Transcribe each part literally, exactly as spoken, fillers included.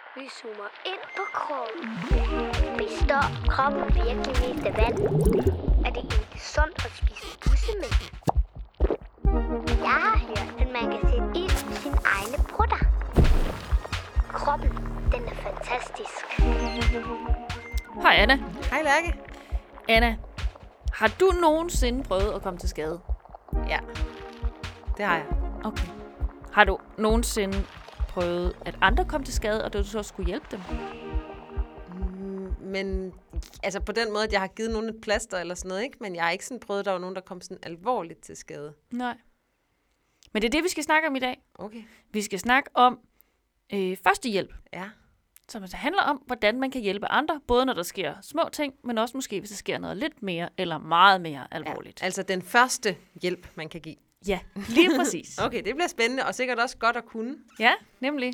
Vi zoomer ind på kroppen. Består kroppen virkelig mest af vand? Er det egentlig sundt at spise bussemænd? Jeg har hørt, at man kan sætte ild i sine egne brutter. Kroppen, den er fantastisk. Hej Anna. Hej Lærke. Anna, har du nogensinde prøvet at komme til skade? Ja, det har jeg. Okay. Har du nogensinde prøvet, at andre kom til skade, og du så skulle hjælpe dem? Mm, men altså på den måde, at jeg har givet nogen et plaster eller sådan noget, ikke? Men jeg har ikke sådan prøvet, at der var nogen, der kom sådan alvorligt til skade. Nej. Men det er det, vi skal snakke om i dag. Okay. Vi skal snakke om øh, førstehjælp, Ja. som altså handler om, hvordan man kan hjælpe andre, både når der sker små ting, men også måske, hvis der sker noget lidt mere eller meget mere alvorligt. Ja, altså den første hjælp, man kan give. Ja, lige præcis. Okay, det bliver spændende, og sikkert også godt at kunne. Ja, nemlig.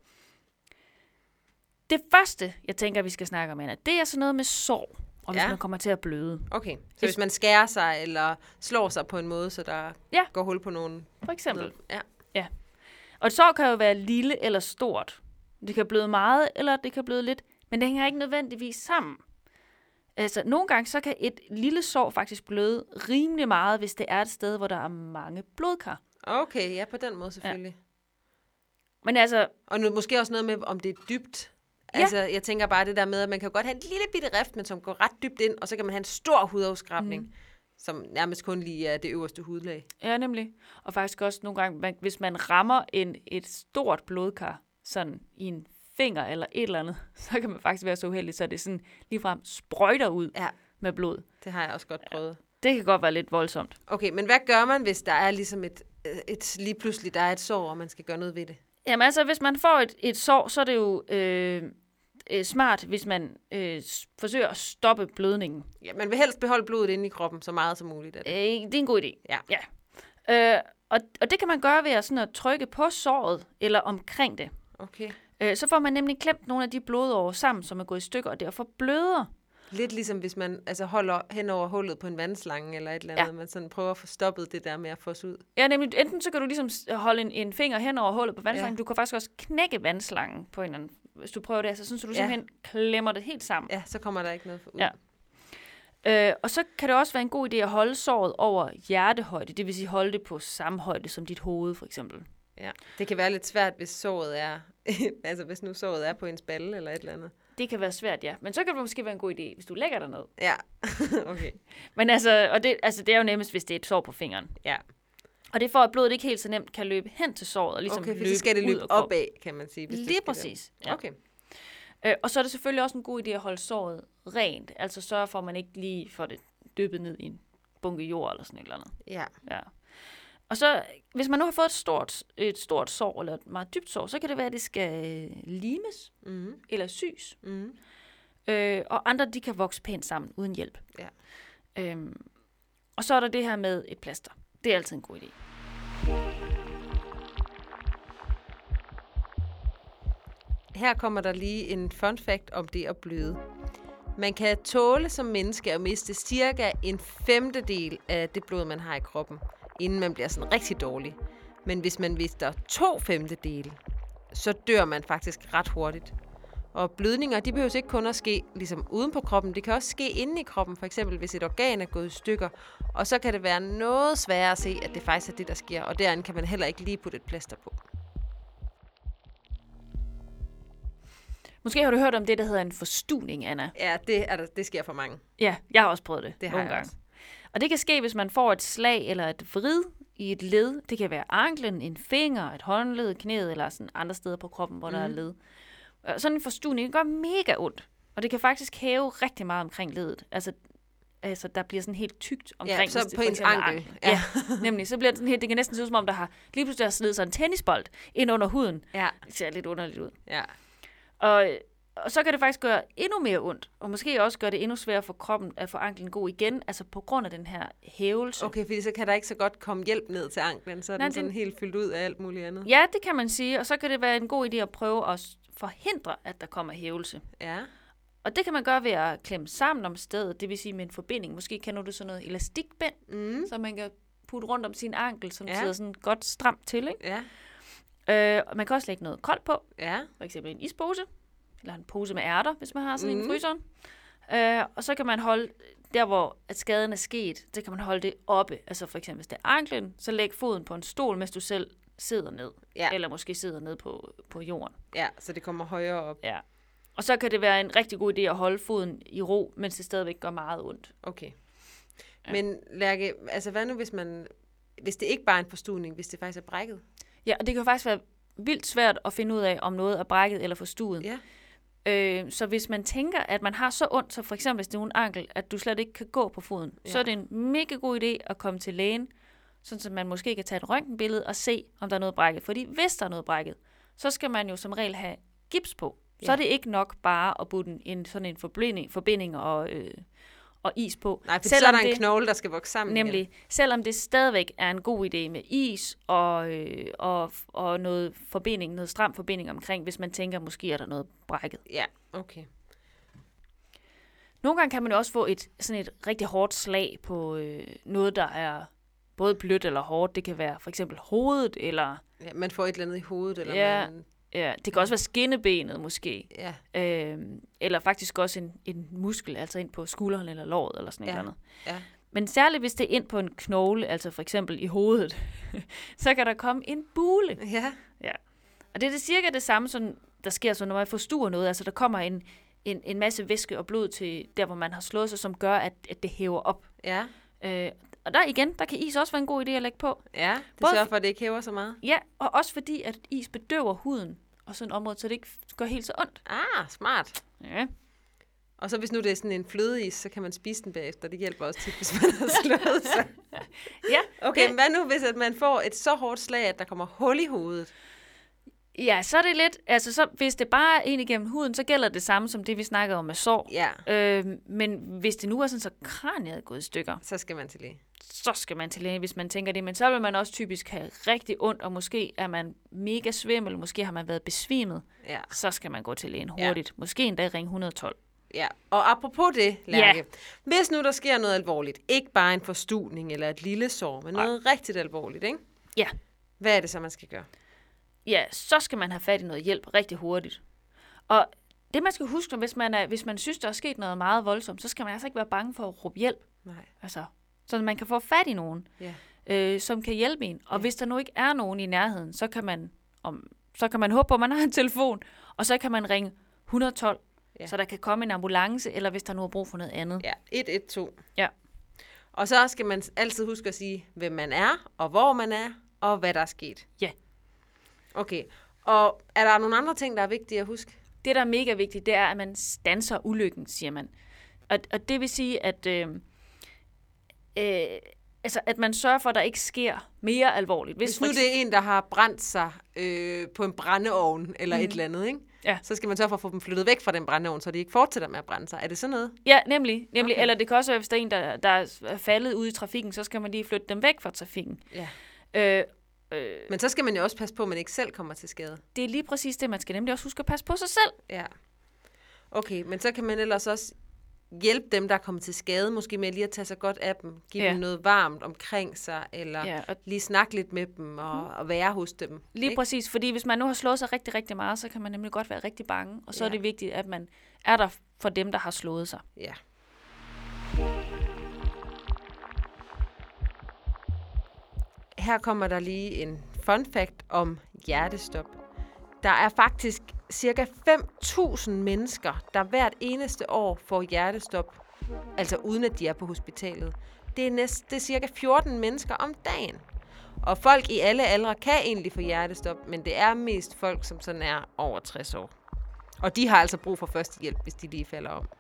Det første, jeg tænker, vi skal snakke om, Anna, det er sådan noget med sår, og hvis Ja. man kommer til at bløde. Okay, så hvis man skærer sig eller slår sig på en måde, så der Ja. går hul på nogen. For eksempel. Ja. Ja. Og et sår kan jo være lille eller stort. Det kan bløde meget, eller det kan bløde lidt, men det hænger ikke nødvendigvis sammen. Altså, nogle gange så kan et lille sår faktisk bløde rimelig meget, hvis det er et sted, hvor der er mange blodkar. Okay, ja, på den måde selvfølgelig. Men altså, Og nu, måske også noget med, om det er dybt. Ja. Altså, jeg tænker bare det der med, at man kan jo godt have en lille bitte rift, men som går ret dybt ind, og så kan man have en stor hudafskrabning, mm. som nærmest kun lige er det øverste hudlag. ja nemlig. Og faktisk også nogle gange, man, hvis man rammer en, et stort blodkar, sådan i en finger eller et eller andet, så kan man faktisk være så uheldig, så det sådan ligefrem sprøjter ud Ja, med blod. det har jeg også godt prøvet. Det kan godt være lidt voldsomt. Okay, men hvad gør man, hvis der er ligesom et, et lige pludselig der er et sår, og man skal gøre noget ved det? Jamen altså, hvis man får et, et sår, så er det jo øh, øh, smart, hvis man øh, s- forsøger at stoppe blødningen. Ja, man vil helst beholde blodet inde i kroppen så meget som muligt. Er Øh, det? det er en god idé. Ja. ja. Øh, og, og det kan man gøre ved at, sådan at trykke på såret eller omkring det. Okay. Øh, så får man nemlig klemt nogle af de blodårer sammen, som er gået i stykker, og derfor bløder. Lidt ligesom hvis man altså holder hen over hullet på en vandslange eller et eller andet, Ja. man sådan prøver at få stoppet det der med at fosse ud. Ja, nemlig enten så kan du ligesom s- holde en, en finger hen over hullet på vandslangen, Ja. du kan faktisk også knække vandslangen på en eller anden, hvis du prøver det, så synes du, du Ja. simpelthen klemmer det helt sammen. Ja, så kommer der ikke noget ud. Ja. Øh, og så kan det også være en god idé at holde såret over hjertehøjde, det vil sige holde det på samme højde som dit hoved, for eksempel. Ja. Det kan være lidt svært, hvis såret er, altså hvis nu såret er på ens balle eller et eller andet. Det kan være svært, ja. Men så kan det måske være en god idé, hvis du lægger dig ned. Ja, okay. Men altså, og det, altså, det er jo nemmest, hvis det er et sår på fingeren. Ja, Og det er for, at blodet ikke helt så nemt kan løbe hen til såret og ligesom okay, for løbe så skal det ud løbe af kroppen. opad, kan man sige. Hvis det Lige skal præcis. det. Ja. Okay. Øh, og så er det selvfølgelig også en god idé at holde såret rent. Altså sørge for, at man ikke lige får det dyppet ned i en bunke jord eller sådan et eller andet. Ja. Ja. Og så, hvis man nu har fået et stort, et stort sår, eller et meget dybt sår, så kan det være, at det skal øh, limes Mm-hmm. eller sys. Mm-hmm. Øh, og andre, de kan vokse pænt sammen uden hjælp. Ja. Øhm, og så er der det her med et plaster. Det er altid en god idé. Her kommer der lige en fun fact om det at bløde. Man kan tåle som menneske at miste cirka en femtedel af det blod, man har i kroppen, inden man bliver sådan rigtig dårlig. Men hvis man mister to femtedele, så dør man faktisk ret hurtigt. Og blødninger, de behøver ikke kun at ske ligesom uden på kroppen, det kan også ske inde i kroppen, for eksempel hvis et organ er gået i stykker. Og så kan det være noget sværere at se, at det faktisk er det, der sker, og derinde kan man heller ikke lige putte et plaster på. Måske har du hørt om det, der hedder en forstuning, Anna. Ja, det, er der, det sker for mange. Ja, jeg har også prøvet det, Det har nogle jeg gange. også. Og det kan ske, hvis man får et slag eller et vrid i et led. Det kan være anklen, en finger, et håndled, knæet eller sådan andre steder på kroppen, hvor mm. der er led. Og sådan en forstuning gør mega ondt. Og det kan faktisk hæve rigtig meget omkring ledet. Altså, altså der bliver sådan helt tykt omkring. Ja, så hvis det på for ens eksempel er ankel. anklen. Ja. ja, nemlig. Så bliver det sådan helt, det kan næsten se ud som om, der har lige pludselig har snedet sig en tennisbold ind under huden. Ja, Det ser lidt underligt ud. ja. Og, og så kan det faktisk gøre endnu mere ondt, og måske også gøre det endnu sværere for kroppen at få anklen god igen, altså på grund af den her hævelse. Okay, fordi så kan der ikke så godt komme hjælp ned til anklen, så er Nej, den sådan det- helt fyldt ud af alt muligt andet. Ja, det kan man sige, og så kan det være en god idé at prøve at s- forhindre, at der kommer hævelse. Ja. Og det kan man gøre ved at klemme sammen om stedet, det vil sige med en forbinding. Måske kender du sådan noget elastikbænd, Mm. så man kan putte rundt om sin ankel, som Ja. sidder sådan godt stramt til, ikke? Ja. Øh, og man kan også lægge noget koldt på, Ja. for eksempel en ispose. eller en pose med ærter, hvis man har sådan mm. en i fryseren. Øh, og så kan man holde, der hvor at skaden er sket, så kan man holde det oppe. Altså for eksempel, hvis det er anklen, så læg foden på en stol, mens du selv sidder ned. Ja. Eller måske sidder ned på, på jorden. Ja, så det kommer højere op. Ja. Og så kan det være en rigtig god idé at holde foden i ro, mens det stadigvæk gør meget ondt. Okay. Ja. Men Lærke, altså hvad nu, hvis man, hvis det ikke bare er en forstuvning, hvis det faktisk er brækket? Ja, og det kan faktisk være vildt svært at finde ud af, om noget er brækket eller forstuet. Ja. Øh, så hvis man tænker, at man har så ondt, så for eksempel hvis det er en ankel, at du slet ikke kan gå på foden, ja. så er det en mega god idé at komme til lægen, sådan så man måske kan tage et røntgenbillede og se, om der er noget brækket. Fordi hvis der er noget brækket, så skal man jo som regel have gips på. Så ja. er det ikke nok bare at putte en sådan en forbinding, forbinding og, øh, og is på. Nej, for så er der en det, knogle, der skal vokse sammen. Nemlig, igen. Selvom det stadigvæk er en god idé med is og, øh, og, og noget forbinding, noget stram forbinding omkring, hvis man tænker, måske er der noget brækket. Ja, okay. Nogle gange kan man jo også få et, sådan et rigtig hårdt slag på øh, noget, der er både blødt eller hårdt. Det kan være for eksempel hovedet, eller... Ja, man får et eller andet i hovedet, eller ja, man... Ja, det kan også være skinnebenet måske. Ja. Øhm, eller faktisk også en, en muskel, altså ind på skulderen eller låret, eller sådan ja. noget andet. Ja. Men særligt hvis det er ind på en knogle, altså for eksempel i hovedet, så kan der komme en bule. Ja. Ja. Og det er det cirka det samme, som der sker, så når man forstuer noget. Altså der kommer en, en, en masse væske og blod til der, hvor man har slået sig, som gør, at, at det hæver op. Ja. Øh, og der igen, der kan is også være en god idé at lægge på. Ja, det Både sørger for, at det ikke hæver så meget. Ja, og også fordi, at is bedøver huden og sådan et område, så det ikke gør helt så ondt. Ah, smart. Ja. Og så hvis nu det er sådan en flødeis, så kan man spise den bagefter. Det hjælper også tit, hvis man har slået sig. Ja. Okay, det... men hvad nu, hvis at man får et så hårdt slag, at der kommer hul i hovedet? Ja, så er det lidt, altså så, hvis det bare er ind igennem huden, så gælder det samme som det, vi snakkede om med sår. Ja. Øh, men hvis det nu er sådan, så kraniet er gået i stykker, så skal man til læge. Så skal man til læge, hvis man tænker det. Men så vil man også typisk have rigtig ondt, og måske er man mega svimmel, måske har man været besvimet. Ja. Så skal man gå til lægen hurtigt. Ja. Måske endda ringe et hundrede og tolv. Ja, og apropos det, Lærke. Ja. Hvis nu der sker noget alvorligt, ikke bare en forstuvning eller et lille sår, men noget ja. rigtigt alvorligt, ikke? Ja. Hvad er det så, man skal gøre? Ja, så skal man have fat i noget hjælp rigtig hurtigt. Og det, man skal huske, hvis man, er, hvis man synes, der er sket noget meget voldsomt, så skal man altså ikke være bange for at råbe hjælp. Nej. Altså, så man kan få fat i nogen, ja. øh, som kan hjælpe en. Og ja. hvis der nu ikke er nogen i nærheden, så kan man, om, så kan man håbe på, at man har en telefon, og så kan man ringe et hundrede og tolv, ja. så der kan komme en ambulance, eller hvis der nu er brug for noget andet. Ja, et et to. Ja. Og så skal man altid huske at sige, hvem man er, og hvor man er, og hvad der er sket. Ja. Okay, og er der nogle andre ting, der er vigtige at huske? Det, der er mega vigtigt, det er, at man standser ulykken, siger man. Og, og det vil sige, at, øh, øh, altså, at man sørger for, at der ikke sker mere alvorligt. Hvis, Hvis nu det er en, der har brændt sig øh, på en brændeovn eller mm. et eller andet, ikke? Ja. Så skal man sørge for at få dem flyttet væk fra den brændeovn, så de ikke fortsætter med at brænde sig. Er det sådan noget? Ja, nemlig. nemlig. Okay. Eller det kan også være, hvis der er en, der, der er faldet ude i trafikken, så skal man lige flytte dem væk fra trafikken. Ja. Øh, øh, Men så skal man jo også passe på, at man ikke selv kommer til skade. Det er lige præcis det. Man skal nemlig også huske at passe på sig selv. Ja. Okay, men så kan man ellers også hjælpe dem, der er kommet til skade, måske med lige at tage sig godt af dem, give ja. dem noget varmt omkring sig, eller ja, og lige snakke lidt med dem og, mm. og være hos dem. Lige ikke? Præcis, fordi hvis man nu har slået sig rigtig, rigtig meget, så kan man nemlig godt være rigtig bange, og så ja. er det vigtigt, at man er der for dem, der har slået sig. Ja. Her kommer der lige en fun fact om hjertestop. Der er faktisk cirka fem tusind mennesker, der hvert eneste år får hjertestop, altså uden at de er på hospitalet. Det er, næst, det er cirka fjorten mennesker om dagen. Og folk i alle aldre kan egentlig få hjertestop, men det er mest folk, som sådan er over tres år. Og de har altså brug for førstehjælp, hvis de lige falder om.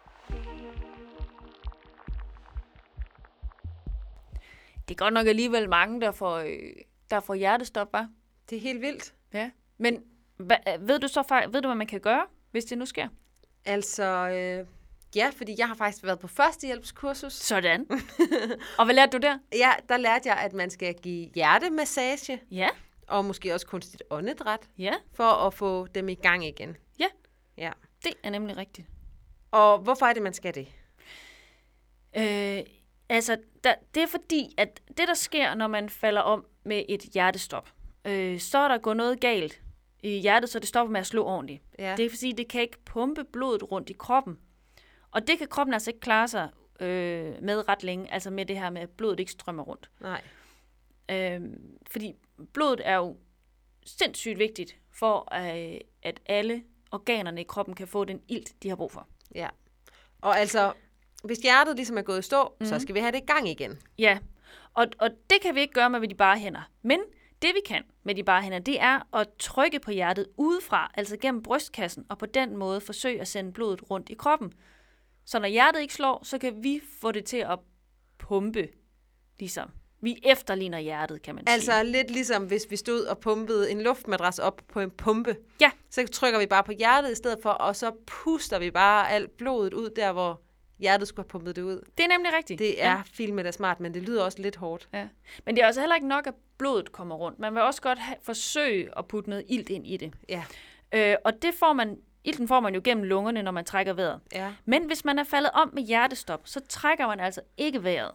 Det er godt nok alligevel mange, der får, øh, der får hjertestop, hva'? Det er helt vildt. Ja, men hva, ved du så ved du, hvad man kan gøre, hvis det nu sker? Altså, øh, ja, fordi jeg har faktisk været på førstehjælpskursus. Sådan. Og hvad lærte du der? Ja, der lærte jeg, at man skal give hjertemassage. Ja. Og måske også kunstigt åndedræt. Ja. For at få dem i gang igen. Ja. Ja. Det er nemlig rigtigt. Og hvorfor er det, man skal det? Øh, altså, der, det er fordi, at det, der sker, når man falder om med et hjertestop, øh, så er der gået noget galt i hjertet, så det stopper med at slå ordentligt. Ja. Det vil sige, at det kan ikke pumpe blodet rundt i kroppen. Og det kan kroppen altså ikke klare sig øh, med ret længe, altså med det her med, at blodet ikke strømmer rundt. Nej. Øh, fordi blodet er jo sindssygt vigtigt for, øh, at alle organerne i kroppen kan få den ilt, de har brug for. Ja. Og altså, hvis hjertet ligesom er gået i stå, mm. så skal vi have det i gang igen. Ja, og, og det kan vi ikke gøre med de bare hænder. Men det vi kan med de bare hænder, det er at trykke på hjertet udefra, altså gennem brystkassen, og på den måde forsøge at sende blodet rundt i kroppen. Så når hjertet ikke slår, så kan vi få det til at pumpe, ligesom. Vi efterligner hjertet, kan man altså, sige. Altså lidt ligesom, hvis vi stod og pumpede en luftmadras op på en pumpe. Ja. Så trykker vi bare på hjertet i stedet for, og så puster vi bare alt blodet ud der, hvor hjertet skulle have pumpet det ud. Det er nemlig rigtigt. Det er ja. filmet af smart, men det lyder også lidt hårdt. Ja. Men det er også heller ikke nok, at blodet kommer rundt. Man vil også godt have, forsøge at putte noget ilt ind i det. Ja. Øh, og det får man, ilten får man jo gennem lungerne, når man trækker vejret. Ja. Men hvis man er faldet om med hjertestop, så trækker man altså ikke vejret.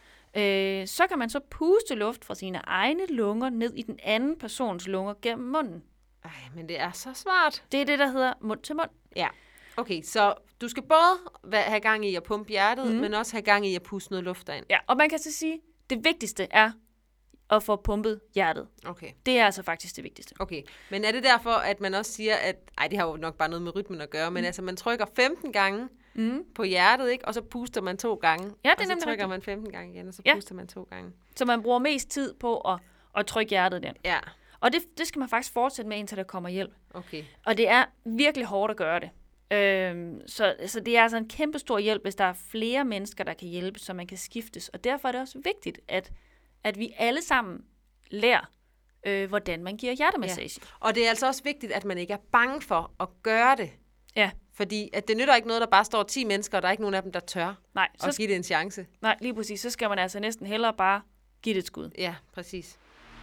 Øh, så kan man så puste luft fra sine egne lunger ned i den anden persons lunger gennem munden. Ej, men det er så smart. Det er det, der hedder mund til mund. Ja. Okay, så du skal både have gang i at pumpe hjertet, mm. men også have gang i at puste noget luft derind. Ja, og man kan så sige, at det vigtigste er at få pumpet hjertet. Okay. Det er altså faktisk det vigtigste. Okay, men er det derfor, at man også siger, at ej, det har jo nok bare noget med rytmen at gøre, men mm. altså man trykker femten gange mm. på hjertet, ikke? Og så puster man to gange. Ja, det er og så nemlig trykker rigtigt. man femten gange igen, og så Ja. puster man to gange. Så man bruger mest tid på at, at trykke hjertet der. Ja. Og det, det skal man faktisk fortsætte med, indtil der kommer hjælp. Okay. Og det er virkelig hårdt at gøre det. Øhm, så, så det er altså en kæmpe stor hjælp, hvis der er flere mennesker, der kan hjælpe, så man kan skiftes. Og derfor er det også vigtigt, at, at vi alle sammen lærer, øh, hvordan man giver hjertemassage. Ja. Og det er altså også vigtigt, at man ikke er bange for at gøre det. Ja. Fordi at det nytter ikke noget, der bare står ti mennesker, og der er ikke nogen af dem, der tør Nej, at så, give det en chance. nej, lige præcis. Så skal man altså næsten hellere bare give det et skud. Ja, præcis.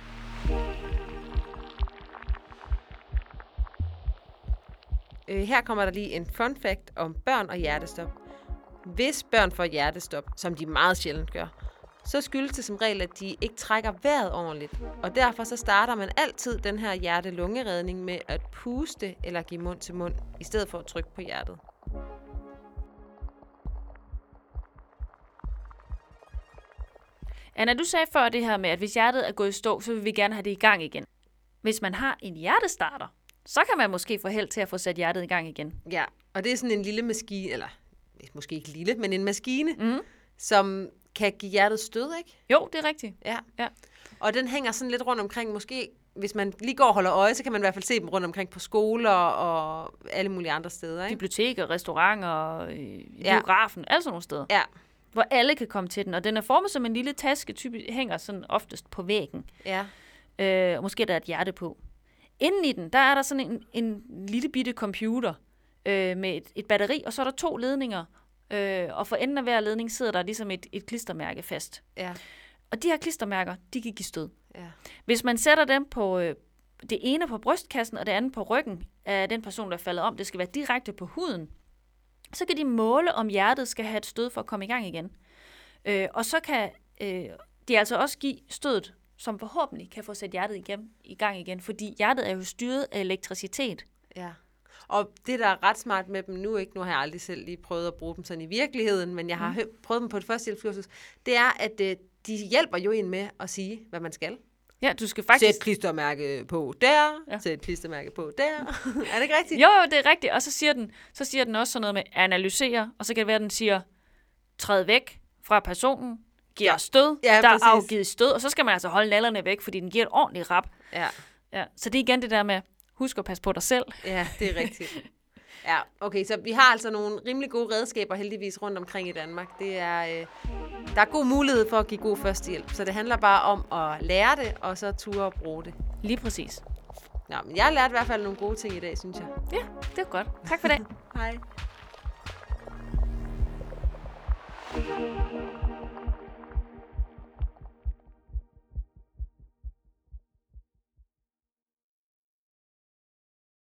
Øh, her kommer der lige en fun fact om børn og hjertestop. Hvis børn får hjertestop, som de meget sjældent gør, så skyldes det som regel, at de ikke trækker vejret ordentligt. Og derfor så starter man altid den her hjerte-lungeredning med at puste eller give mund til mund, i stedet for at trykke på hjertet. Anna, du sagde før det her med, at hvis hjertet er gået i stå, så vil vi gerne have det i gang igen. Hvis man har en hjertestarter, så kan man måske få held til at få sat hjertet i gang igen. Ja, og det er sådan en lille maskine, eller måske ikke lille, men en maskine, Mm. som kan give hjertet stød, ikke? Jo, det er rigtigt. Ja. Ja. Og den hænger sådan lidt rundt omkring, måske hvis man lige går og holder øje, så kan man i hvert fald se dem rundt omkring på skoler og alle mulige andre steder, ikke? Biblioteker, restauranter, øh, Ja. biografen, alle sådan nogle steder. Ja, Hvor alle kan komme til den. Og den er formet som en lille taske, typisk hænger sådan oftest på væggen. ja, Øh, og måske er der et hjerte på. Inden i den, der er der sådan en, en lille bitte computer øh, med et, et batteri, og så er der to ledninger. Øh, og for enden af hver ledning sidder der ligesom et, et klistermærke fast. ja, Og de her klistermærker, de kan give stød. ja. Hvis man sætter dem på øh, det ene på brystkassen, og det andet på ryggen af den person, der er faldet om, det skal være direkte på huden, så kan de måle, om hjertet skal have et stød for at komme i gang igen. Øh, og så kan øh, de altså også give stødet, som forhåbentlig kan få sat hjertet igen, i gang igen, fordi hjertet er jo styret af elektricitet. Ja. Og det, der er ret smart med dem nu, ikke, nu har jeg aldrig selv lige prøvet at bruge dem sådan i virkeligheden, men jeg har mm. hø- prøvet dem på et førstehjælpskursus, det er, at øh, de hjælper jo en med at sige, hvad man skal. Ja, du skal faktisk... Sæt klistermærke på der, Ja. sæt klistermærke på der. Er det ikke rigtigt? Jo, jo, det er rigtigt. Og så siger den, så siger den også sådan noget med analysere, og så kan det være, at den siger, træd væk fra personen, giver Ja. stød, Ja, der er præcis. afgivet stød, og så skal man altså holde nallerne væk, fordi den giver et ordentligt rap. Ja. Ja. Så det er igen det der med, husk at passe på dig selv. Ja, det er rigtigt. Ja, okay, så vi har altså nogle rimelig gode redskaber heldigvis rundt omkring i Danmark. Det er, øh, der er god mulighed for at give god førstehjælp, så det handler bare om at lære det, og så ture at bruge det. Lige præcis. Nå, men jeg har lært i hvert fald nogle gode ting i dag, synes jeg. Ja, det er godt. Tak for det. Hej.